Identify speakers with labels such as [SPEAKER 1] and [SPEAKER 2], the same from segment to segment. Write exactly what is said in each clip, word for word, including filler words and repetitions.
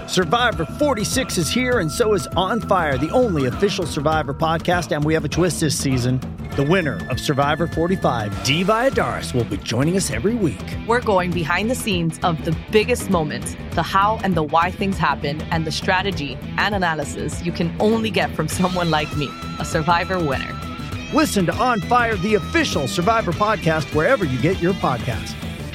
[SPEAKER 1] Survivor forty-six is here, and so is On Fire, the only official Survivor podcast, and we have a twist this season. The winner of Survivor forty-five, Dee Valladares, will be joining us every week.
[SPEAKER 2] We're going behind the scenes of the biggest moments, the how and the why things happen, and the strategy and analysis you can only get from someone like me, a Survivor winner.
[SPEAKER 1] Listen to On Fire, the official Survivor podcast, wherever you get your podcast.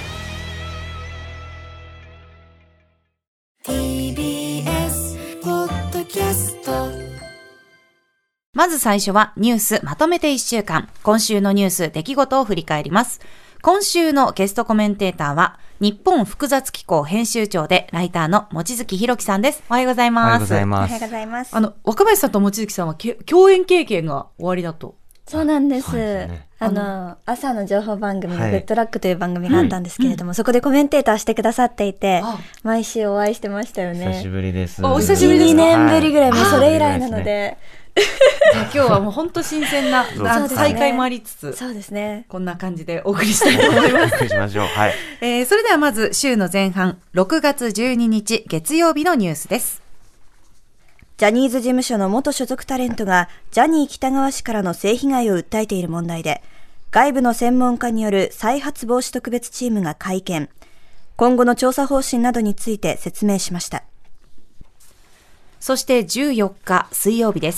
[SPEAKER 3] ティービーエス ポッドキャスト。
[SPEAKER 4] まず最初はニュースまとめていっしゅうかん。今週のニュース、出来事を振り返ります。今週のゲストコメンテーターは、日本複雑機構編集長でライターの望月博樹さんです。おはようございます。
[SPEAKER 5] おはようございます。
[SPEAKER 6] おはようございます。
[SPEAKER 4] あの、若林さんと望月さんは共演経験がおありだと。
[SPEAKER 6] そうなんです。
[SPEAKER 5] そうですね、
[SPEAKER 6] あの、朝の情報番組のグッドラックという番組があったんですけれども、はい、そこでコメンテーターしてくださっていて、毎週お会いしてましたよね。
[SPEAKER 5] 久しぶりです。
[SPEAKER 4] お久しぶりです。
[SPEAKER 6] にねんぶりぐらい、もうそれ以来なので。
[SPEAKER 4] 今日はもう本当新鮮な再会もありつつ、
[SPEAKER 6] そうですね。
[SPEAKER 4] こんな感じでお送りしたいと思います。
[SPEAKER 5] お送りしましょう。はい。
[SPEAKER 4] えー、それではまず週の前半、ろくがつじゅうににち月曜日のニュースです。
[SPEAKER 6] ジャニーズ事務所の元所属タレントがジャニー喜多川氏からの性被害を訴えている問題で、外部の専門家による再発防止特別チームが会見、今後の調査方針などについて説明しました。
[SPEAKER 4] そしてじゅうよっか水曜日です。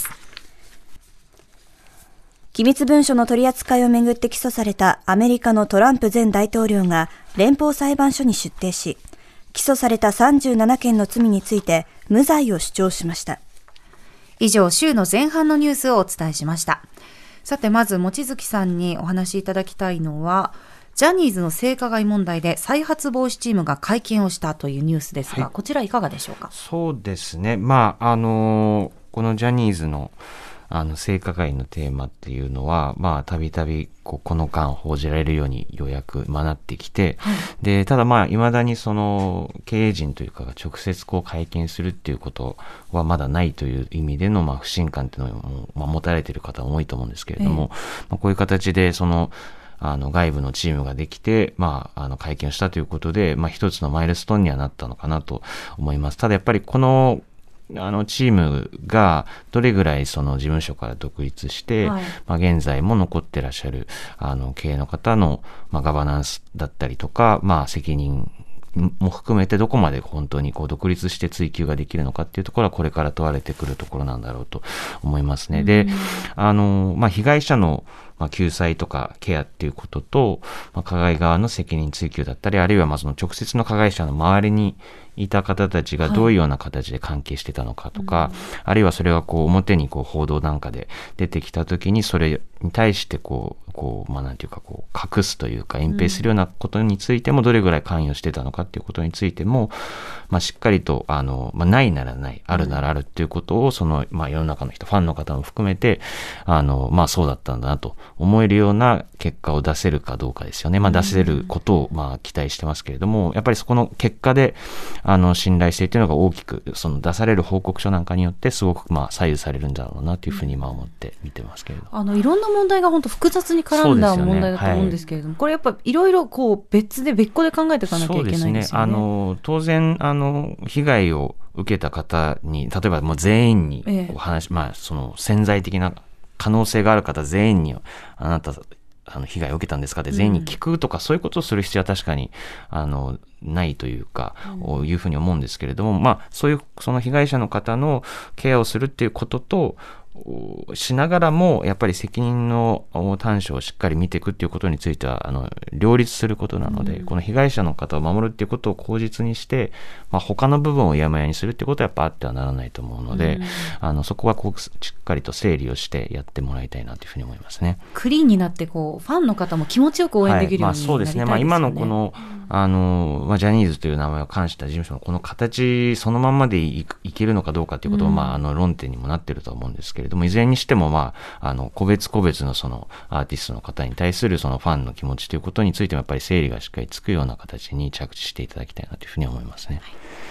[SPEAKER 6] 機密文書の取り扱いをめぐって起訴されたアメリカのトランプ前大統領が連邦裁判所に出廷し、起訴されたさんじゅうななけんの罪について無罪を主張しました。
[SPEAKER 4] 以上、週の前半のニュースをお伝えしました。さて、まず望月さんにお話しいただきたいのは、ジャニーズの性加害問題で再発防止チームが会見をしたというニュースですが、はい、こちらいかがでしょうか。
[SPEAKER 5] そうですね、まああのこのジャニーズのあの性加害のテーマっていうのは、まあたびたびこの間報じられるようにようやくまなってきて、はい、でただまあ未だにその経営陣というかが直接こう会見するっていうことはまだないという意味でのまあ不信感っていうのを、まあ、持たれている方も多いと思うんですけれども、えーまあ、こういう形でそのあの外部のチームができて、まあ、あの会見をしたということで、まあ、一つのマイルストーンにはなったのかなと思います。ただやっぱりこのあのチームがどれぐらいその事務所から独立して、はい、まあ、現在も残ってらっしゃるあの経営の方の、まあ、ガバナンスだったりとか、まあ、責任も含めてどこまで本当にこう独立して追及ができるのかっていうところはこれから問われてくるところなんだろうと思いますね。で、あの、まあ、被害者のまあ救済とかケアっていうことと、まあ、加害側の責任追及だったり、あるいはまあその直接の加害者の周りにいた方たちがどういうような形で関係してたのかとか、はい、あるいはそれがこう表にこう報道なんかで出てきたときにそれに対してこう、こう、まあなんていうかこう隠すというか隠蔽するようなことについてもどれぐらい関与してたのかっていうことについても、まあしっかりとあの、まあないならない、あるならあるっていうことをその、まあ世の中の人、ファンの方も含めて、あの、まあそうだったんだなと思えるような結果を出せるかどうかですよね。まあ出せることをまあ期待してますけれども、やっぱりそこの結果で、あの信頼性というのが大きくその出される報告書なんかによってすごくまあ左右されるんだろうなというふうに今思って見てますけれど、
[SPEAKER 4] あのいろんな問題が本当複雑に絡んだ問題だと思うんですけれども、ね、はい、これやっぱいろいろこう別で別個で考えていかなきゃいけないですよね。
[SPEAKER 5] そうですね。あの当然あの被害を受けた方に例えばもう全員にお話、ええ、まあその潜在的な可能性がある方全員にあなたあの被害を受けたんですかって全員に聞くとか、うん、そういうことをする必要は確かにあのないというか、うん、いうふうに思うんですけれども、まあそういうその被害者の方のケアをするっていうこととしながらもやっぱり責任の端緒をしっかり見ていくっていうことについてはあの両立することなので、うん、この被害者の方を守るっていうことを口実にして、まあ、他の部分をうやむやにするっていうことはやっぱあってはならないと思うので、うん、あのそこはこうしっかりと整理をしてやってもらいたいなというふうに思いますね。
[SPEAKER 4] クリーンになってこうファンの方も気持ちよく応援できるようになりたいですよね。はい、まあ、そうですね。まあ、
[SPEAKER 5] 今のこの、あのまあ、ジャニーズという名前を冠した事務所のこの形そのままで い, いけるのかどうかということも、うん、まあ、あの論点にもなっていると思うんですけれども、いずれにしてもまあ、あの個別個別のそのアーティストの方に対するそのファンの気持ちということについてもやっぱり整理がしっかりつくような形に着地していただきたいなというふうに思いますね。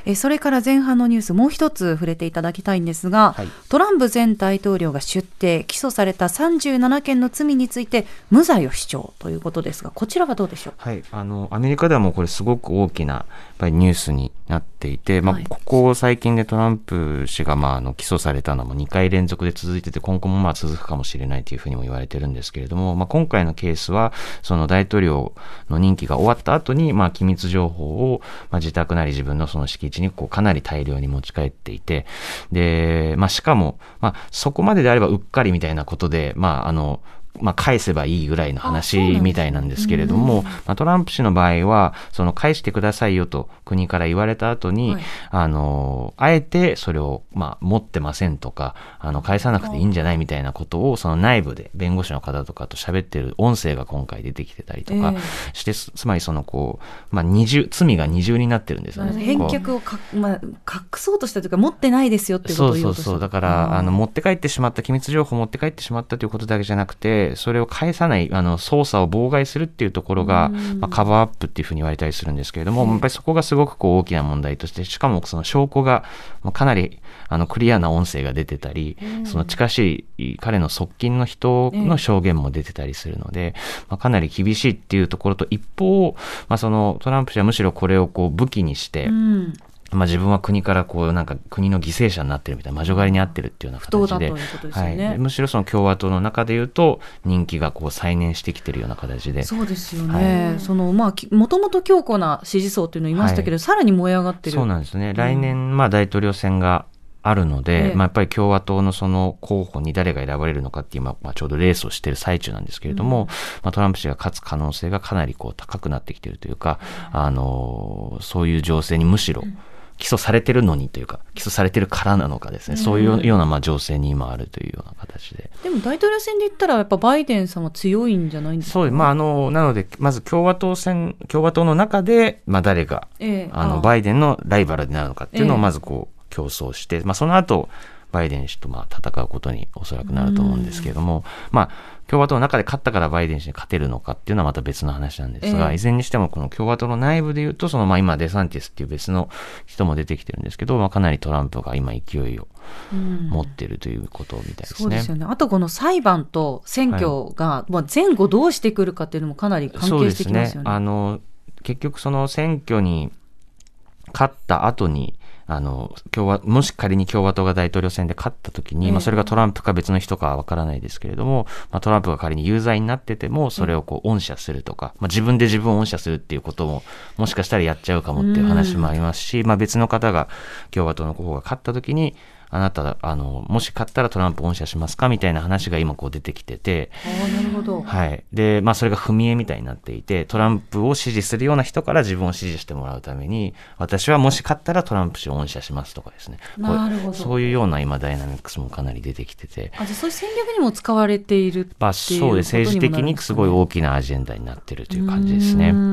[SPEAKER 4] えそれから前半のニュースもう一つ触れていただきたいんですが、はい、トランプ前大統領が出廷起訴されたさんじゅうななけんの罪について無罪を主張ということですが、こちらはどうでしょう。
[SPEAKER 5] はい、あのアメリカではもうこれすごく大きなやっぱりニュースになっていて、まあ、ここ最近でトランプ氏が、まあ、あの起訴されたのもにかい連続で続いてて、今後もまあ続くかもしれないというふうにも言われてるんですけれども、まあ、今回のケースはその大統領の任期が終わった後に、まあ、機密情報を、まあ、自宅なり自分のその敷地にこうかなり大量に持ち帰っていて、で、まあ、しかも、まあ、そこまでであればうっかりみたいなことで、まあ、あのまあ、返せばいいぐらいの話みたいなんですけれども、まあ、トランプ氏の場合はその返してくださいよと国から言われた後に、はい、あのあえてそれを、まあ、持ってませんとか、あの返さなくていいんじゃないみたいなことをその内部で弁護士の方とかと喋ってる音声が今回出てきてたりとかして、えー、つまりそのこう、まあ、二重罪が二重になってるんですよね。
[SPEAKER 4] 返却をか、まあ、隠そうとしたというか持ってないですよっていうことを言おうとした。
[SPEAKER 5] そうそうそう、だからあの持って帰ってしまった機密情報を持って帰ってしまったということだけじゃなくて、それを返さないあの捜査を妨害するっていうところが、まあ、カバーアップっていうふうに言われたりするんですけれども、やっぱりそこがすごくこう大きな問題として、しかもその証拠がかなりあのクリアな音声が出てたり、その近しい彼の側近の人の証言も出てたりするので、まあ、かなり厳しいっていうところと、一方、まあ、そのトランプ氏はむしろこれをこう武器にして、うんまあ、自分は国からこうなんか国の犠牲者になってるみたいな、魔女狩りにあってるっていうような形で、はい、むしろその共和党の中でいうと人気がこう再燃してきてるような形で。
[SPEAKER 4] そうですよね、はい、そのまあもともと強固な支持層っていうのいましたけど、はい、さらに燃え上がってる。
[SPEAKER 5] そうなんですね。来年まあ大統領選があるので、ええまあ、やっぱり共和党のその候補に誰が選ばれるのかっていう、まあ、ちょうどレースをしている最中なんですけれども、うんまあ、トランプ氏が勝つ可能性がかなりこう高くなってきているというか、うん、あのそういう情勢にむしろ、うん起訴されてるのにというか、起訴されてるからなのかですね、そういうようなまあ情勢に今あるというような形で。
[SPEAKER 4] でも大統領選で言ったらやっぱバイデンさんは強いんじゃないんですか。
[SPEAKER 5] そう、まあ、あのなのでまず共和党選共和党の中で、まあ、誰が、えー、あのバイデンのライバルになるのかっていうのをまずこう競争して、えーまあ、その後バイデン氏とまあ戦うことにおそらくなると思うんですけれども、まあ共和党の中で勝ったからバイデン氏に勝てるのかっていうのはまた別の話なんですが、えー、いずれにしてもこの共和党の内部でいうと、そのまあ今デサンティスっていう別の人も出てきてるんですけど、まあ、かなりトランプが今勢いを持ってるということみたいですね。
[SPEAKER 4] そうですよね。あとこの裁判と選挙が前後どうしてくるかっていうのもかなり関係してきますよね。
[SPEAKER 5] そうですね。あの結局その選挙に勝った後にあの共和もし仮に共和党が大統領選で勝った時に、えーまあ、それがトランプか別の人かは分からないですけれども、まあ、トランプが仮に有罪になっててもそれをこう恩赦するとか、まあ、自分で自分を恩赦するっていうことももしかしたらやっちゃうかもっていう話もありますし、まあ、別の方が共和党の候補が勝った時にあなたあのもし勝ったらトランプ恩赦しますかみたいな話が今こう出てきてて、
[SPEAKER 4] あなるほど、
[SPEAKER 5] はいでまあ、それが踏み絵みたいになっていて、トランプを支持するような人から自分を支持してもらうために、私はもし勝ったらトランプ氏を恩赦しますとかですね、
[SPEAKER 4] なるほど、
[SPEAKER 5] そういうような今ダイナミックスもかなり出てきてて、
[SPEAKER 4] あじゃあそういう戦略にも使われているっていうことにもなるんですかね。
[SPEAKER 5] そうです、政治的にすごい大きなアジェンダになっているという感じですね。うん、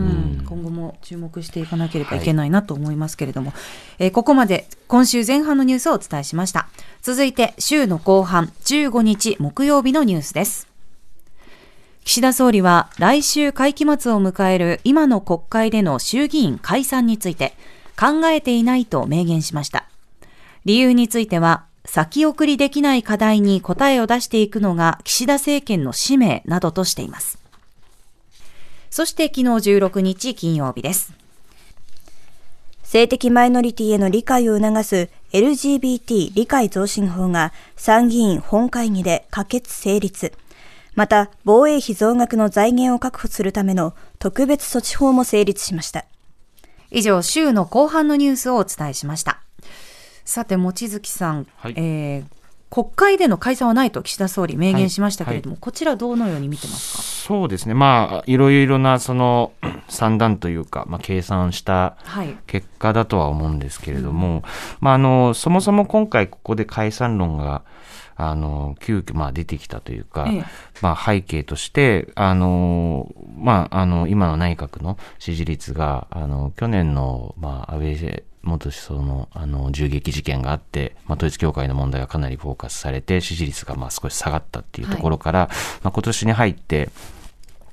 [SPEAKER 4] 今後も注目していかなければいけないなと思いますけれども、はいえー、ここまで今週前半のニュースをお伝えしました。続いて週の後半じゅうごにち木曜日のニュースです。岸田総理は来週会期末を迎える今の国会での衆議院解散について考えていないと明言しました。理由については先送りできない課題に答えを出していくのが岸田政権の使命などとしています。そして昨日じゅうろくにち金曜日です。
[SPEAKER 6] 性的マイノリティへの理解を促す エルジービーティー 理解増進法が参議院本会議で可決成立。また、防衛費増額の財源を確保するための特別措置法も成立しました。
[SPEAKER 4] 以上、週の後半のニュースをお伝えしました。さて、望月さん、はいえー、国会での解散はないと岸田総理明言しましたけれども、はいはい、こちらどのように見てますか。
[SPEAKER 5] そうですね、まあ、いろいろなその算段というか、まあ、計算した結果だとは思うんですけれども、はいまあ、あのそもそも今回ここで解散論があの急遽まあ出てきたというか、ええまあ、背景としてあの、まあ、あの今の内閣の支持率があの去年の、まあ、安倍元首相の、あの銃撃事件があって、まあ、統一教会の問題がかなりフォーカスされて支持率がまあ少し下がったっていうところから、はいまあ、今年に入って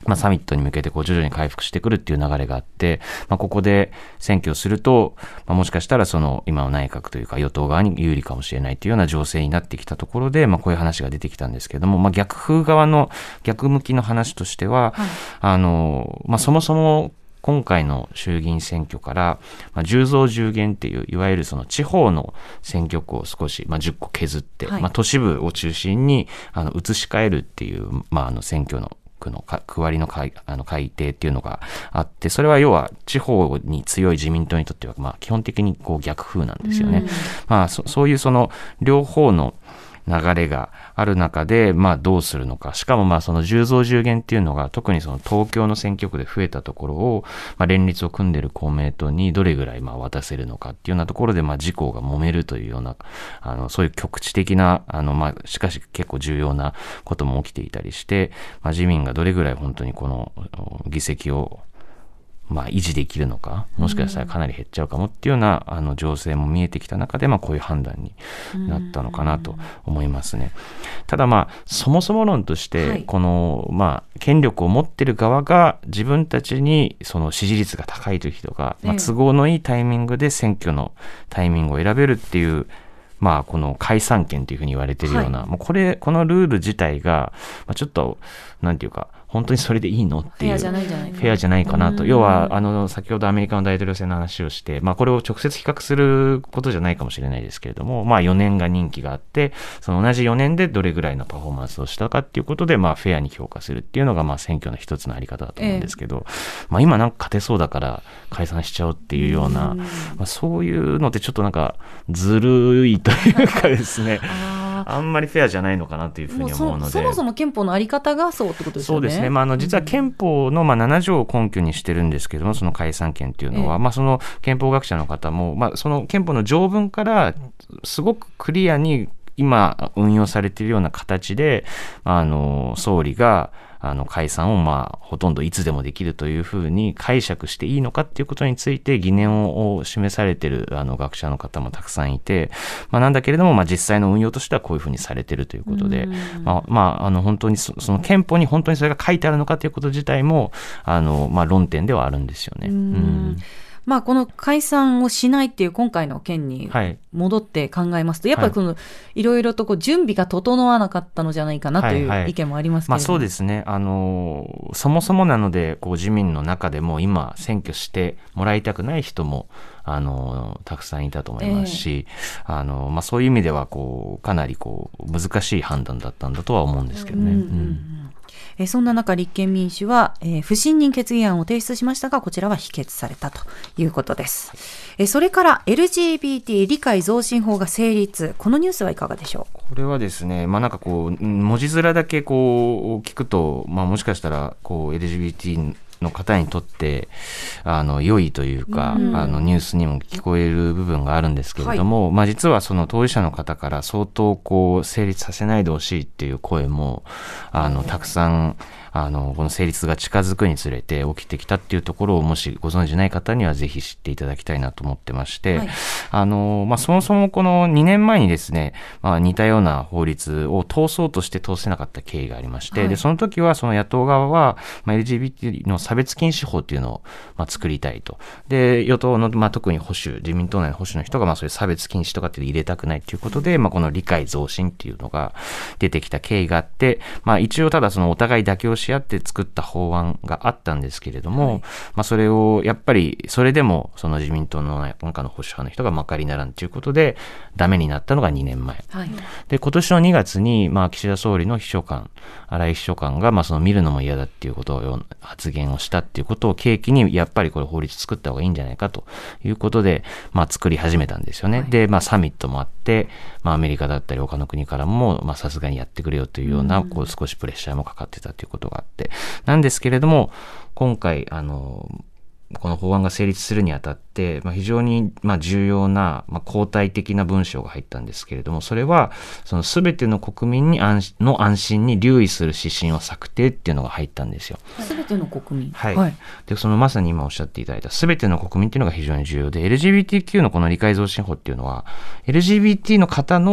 [SPEAKER 5] まあ、サミットに向けてこう徐々に回復してくるっていう流れがあって、まあ、ここで選挙をすると、まあ、もしかしたらその今の内閣というか与党側に有利かもしれないというような情勢になってきたところで、まあ、こういう話が出てきたんですけども、まあ、逆風側の逆向きの話としては、はい、あのまあ、そもそも今回の衆議院選挙から、まあ、じゅうぞうじゅうげんっていういわゆるその地方の選挙区を少し、まあ、じゅっこ削って、はい、まあ、都市部を中心にあの移し替えるっていう、まあ、あの選挙の区の区割りの改、あの改定っていうのがあって、それは要は地方に強い自民党にとっては、まあ、基本的にこう逆風なんですよね。まあ、そ, そういうその両方の流れがある中で、まあどうするのか。しかもまあそのじゅうぞうじゅうげんっていうのが特にその東京の選挙区で増えたところを、まあ連立を組んでいる公明党にどれぐらいまあ渡せるのかっていうようなところで、まあ自公が揉めるというような、あの、そういう局地的な、あの、まあしかし結構重要なことも起きていたりして、まあ自民がどれぐらい本当にこの議席をまあ維持できるのか、もしかしたらかなり減っちゃうかもっていうようなあの情勢も見えてきた中で、まあこういう判断になったのかなと思いますね。ただまあそもそも論としてこのまあ権力を持ってる側が自分たちにその支持率が高いという人が、まあ、都合のいいタイミングで選挙のタイミングを選べるっていうまあこの解散権というふうに言われているような、はい、もうこれこのルール自体がちょっとなんていうか本当にそれでいいのっていうフェアじゃないんじゃないかな、フェアじゃないかなと。要はあの先ほどアメリカの大統領選の話をして、まあこれを直接比較することじゃないかもしれないですけれども、まあよねんが任期があって、その同じよねんでどれぐらいのパフォーマンスをしたかっていうことで、まあフェアに評価するっていうのがまあ選挙の一つのあり方だと思うんですけど、ええ、まあ今なんか勝てそうだから解散しちゃうっていうような、まあそういうのってちょっとなんかずるいというかですね。あんまりフェアじゃないのかなというふうに思うので、
[SPEAKER 4] そ, そもそも憲法のあり方がそうってことですよね。
[SPEAKER 5] そうですね、まあ、あの実は憲法のまあななじょうを根拠にしてるんですけども、その解散権というのは、ええまあ、その憲法学者の方も、まあ、その憲法の条文からすごくクリアに今運用されているような形で、あの総理があの解散をまあほとんどいつでもできるというふうに解釈していいのかっていうことについて疑念を示されているあの学者の方もたくさんいて、まあ、なんだけれどもまあ実際の運用としてはこういうふうにされているということで、まあ、まああの本当に そ, その憲法に本当にそれが書いてあるのかということ自体もあのまあ論点ではあるんですよね。うんうん
[SPEAKER 4] まあ、この解散をしないっていう今回の件に戻って考えますと、はい、やっぱりこのいろいろとこう準備が整わなかったのじゃないかなという意見もありますけれども、はいはいまあ、
[SPEAKER 5] そうですね、あのそもそもなのでこう自民の中でも今選挙してもらいたくない人もあのたくさんいたと思いますし、えーあのまあ、そういう意味ではこうかなりこう難しい判断だったんだとは思うんですけどね。うんうんうん
[SPEAKER 4] えそんな中立憲民主は、えー、不信任決議案を提出しましたが、こちらは否決されたということです、えそれから エルジービーティー 理解増進法が成立、このニュースはいかがでしょう。
[SPEAKER 5] これはですね、まあ、なんかこう文字面だけこう聞くと、まあ、もしかしたらこう エルジービーティーの方にとってあの良いというか、うん、あのニュースにも聞こえる部分があるんですけれども、はいまあ、実はその当事者の方から相当こう成立させないでほしいっていう声もあのたくさんあのこの成立が近づくにつれて起きてきたっていうところをもしご存じない方にはぜひ知っていただきたいなと思ってまして、はい、あのまあ、そもそもこのにねんまえにですね、まあ、似たような法律を通そうとして通せなかった経緯がありまして、はい、でその時はその野党側は、まあ、エルジービーティー の差別禁止法っていうのを、まあ、作りたいと。で与党の、まあ、特に保守自民党内の保守の人が、まあ、そういう差別禁止とかって入れたくないということで、まあ、この理解増進っていうのが出てきた経緯があって、まあ、一応ただそのお互い妥協し合って作った法案があったんですけれども、はいまあ、それをやっぱりそれでもその自民党の中の保守派の人がまかりならんということでダメになったのがにねんまえ、はい、で今年のにがつに、まあ、岸田総理の秘書官荒井秘書官が、まあ、その見るのも嫌だっていうことを発言をしたっていうことを契機にやっぱりこれ法律作った方がいいんじゃないかということで、まあ、作り始めたんですよね、はい、で、まあ、サミットもあって、まあ、アメリカだったり他の国からもさすがにやってくれよというような、うん、こう少しプレッシャーもかかってたということがあってなんですけれども今回あのこの法案が成立するにあたって、まあ、非常にまあ重要な、まあ、交代的な文章が入ったんですけれども、それはその全ての国民に安の安心に留意する指針を策定っていうのが入ったんですよ。
[SPEAKER 4] 全ての国民、
[SPEAKER 5] はいはい、でそのまさに今おっしゃっていただいた全ての国民っていうのが非常に重要で、 エルジービーティーキュー のこの理解増進法っていうのは エルジービーティー の方の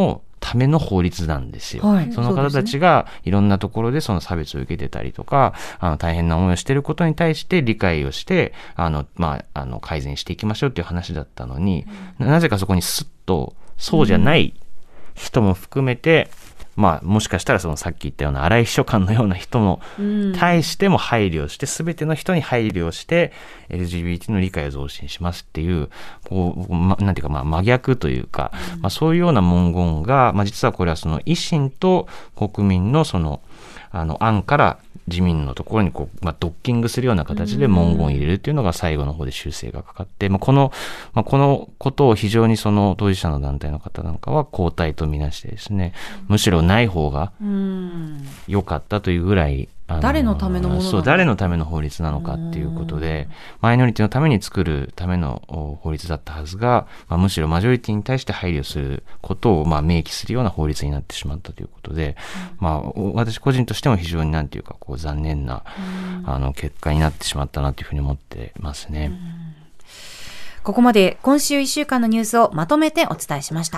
[SPEAKER 5] ための法律なんですよ。
[SPEAKER 4] はい、
[SPEAKER 5] その方たちがいろんなところでその差別を受けてたりとか、あの大変な思いをしていることに対して理解をして、あの、まあ、あの改善していきましょうっていう話だったのに、うん、なぜかそこにスッとそうじゃない人も含めて、うん、まあ、もしかしたらそのさっき言ったような荒井秘書官のような人も対しても配慮して、全ての人に配慮して エルジービーティー の理解を増進しますっていう、こう、ま、なんていうか、まあ、真逆というか、うん、まあ、そういうような文言が、まあ、実はこれはその維新と国民のそのあの案から自民のところにこう、まあ、ドッキングするような形で文言を入れるっていうのが最後の方で修正がかかって、まあ、この、まあ、このことを非常にその当事者の団体の方なんかは後退とみなしてですね、むしろない方が良かったというぐらい、あの
[SPEAKER 4] 誰のためのものなの
[SPEAKER 5] そう誰のための法律なのかっていうことで、マイノリティのために作るための法律だったはずが、まあ、むしろマジョリティに対して配慮することをまあ明記するような法律になってしまったということで、うん、まあ、私個人としても非常になんていうかこう残念な、うん、あの結果になってしまったなというふうに思ってますね。うん、
[SPEAKER 4] ここまで今週いっしゅうかんのニュースをまとめてお伝えしました。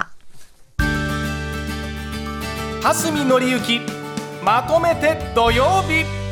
[SPEAKER 7] 蓮見紀之まとめて土曜日。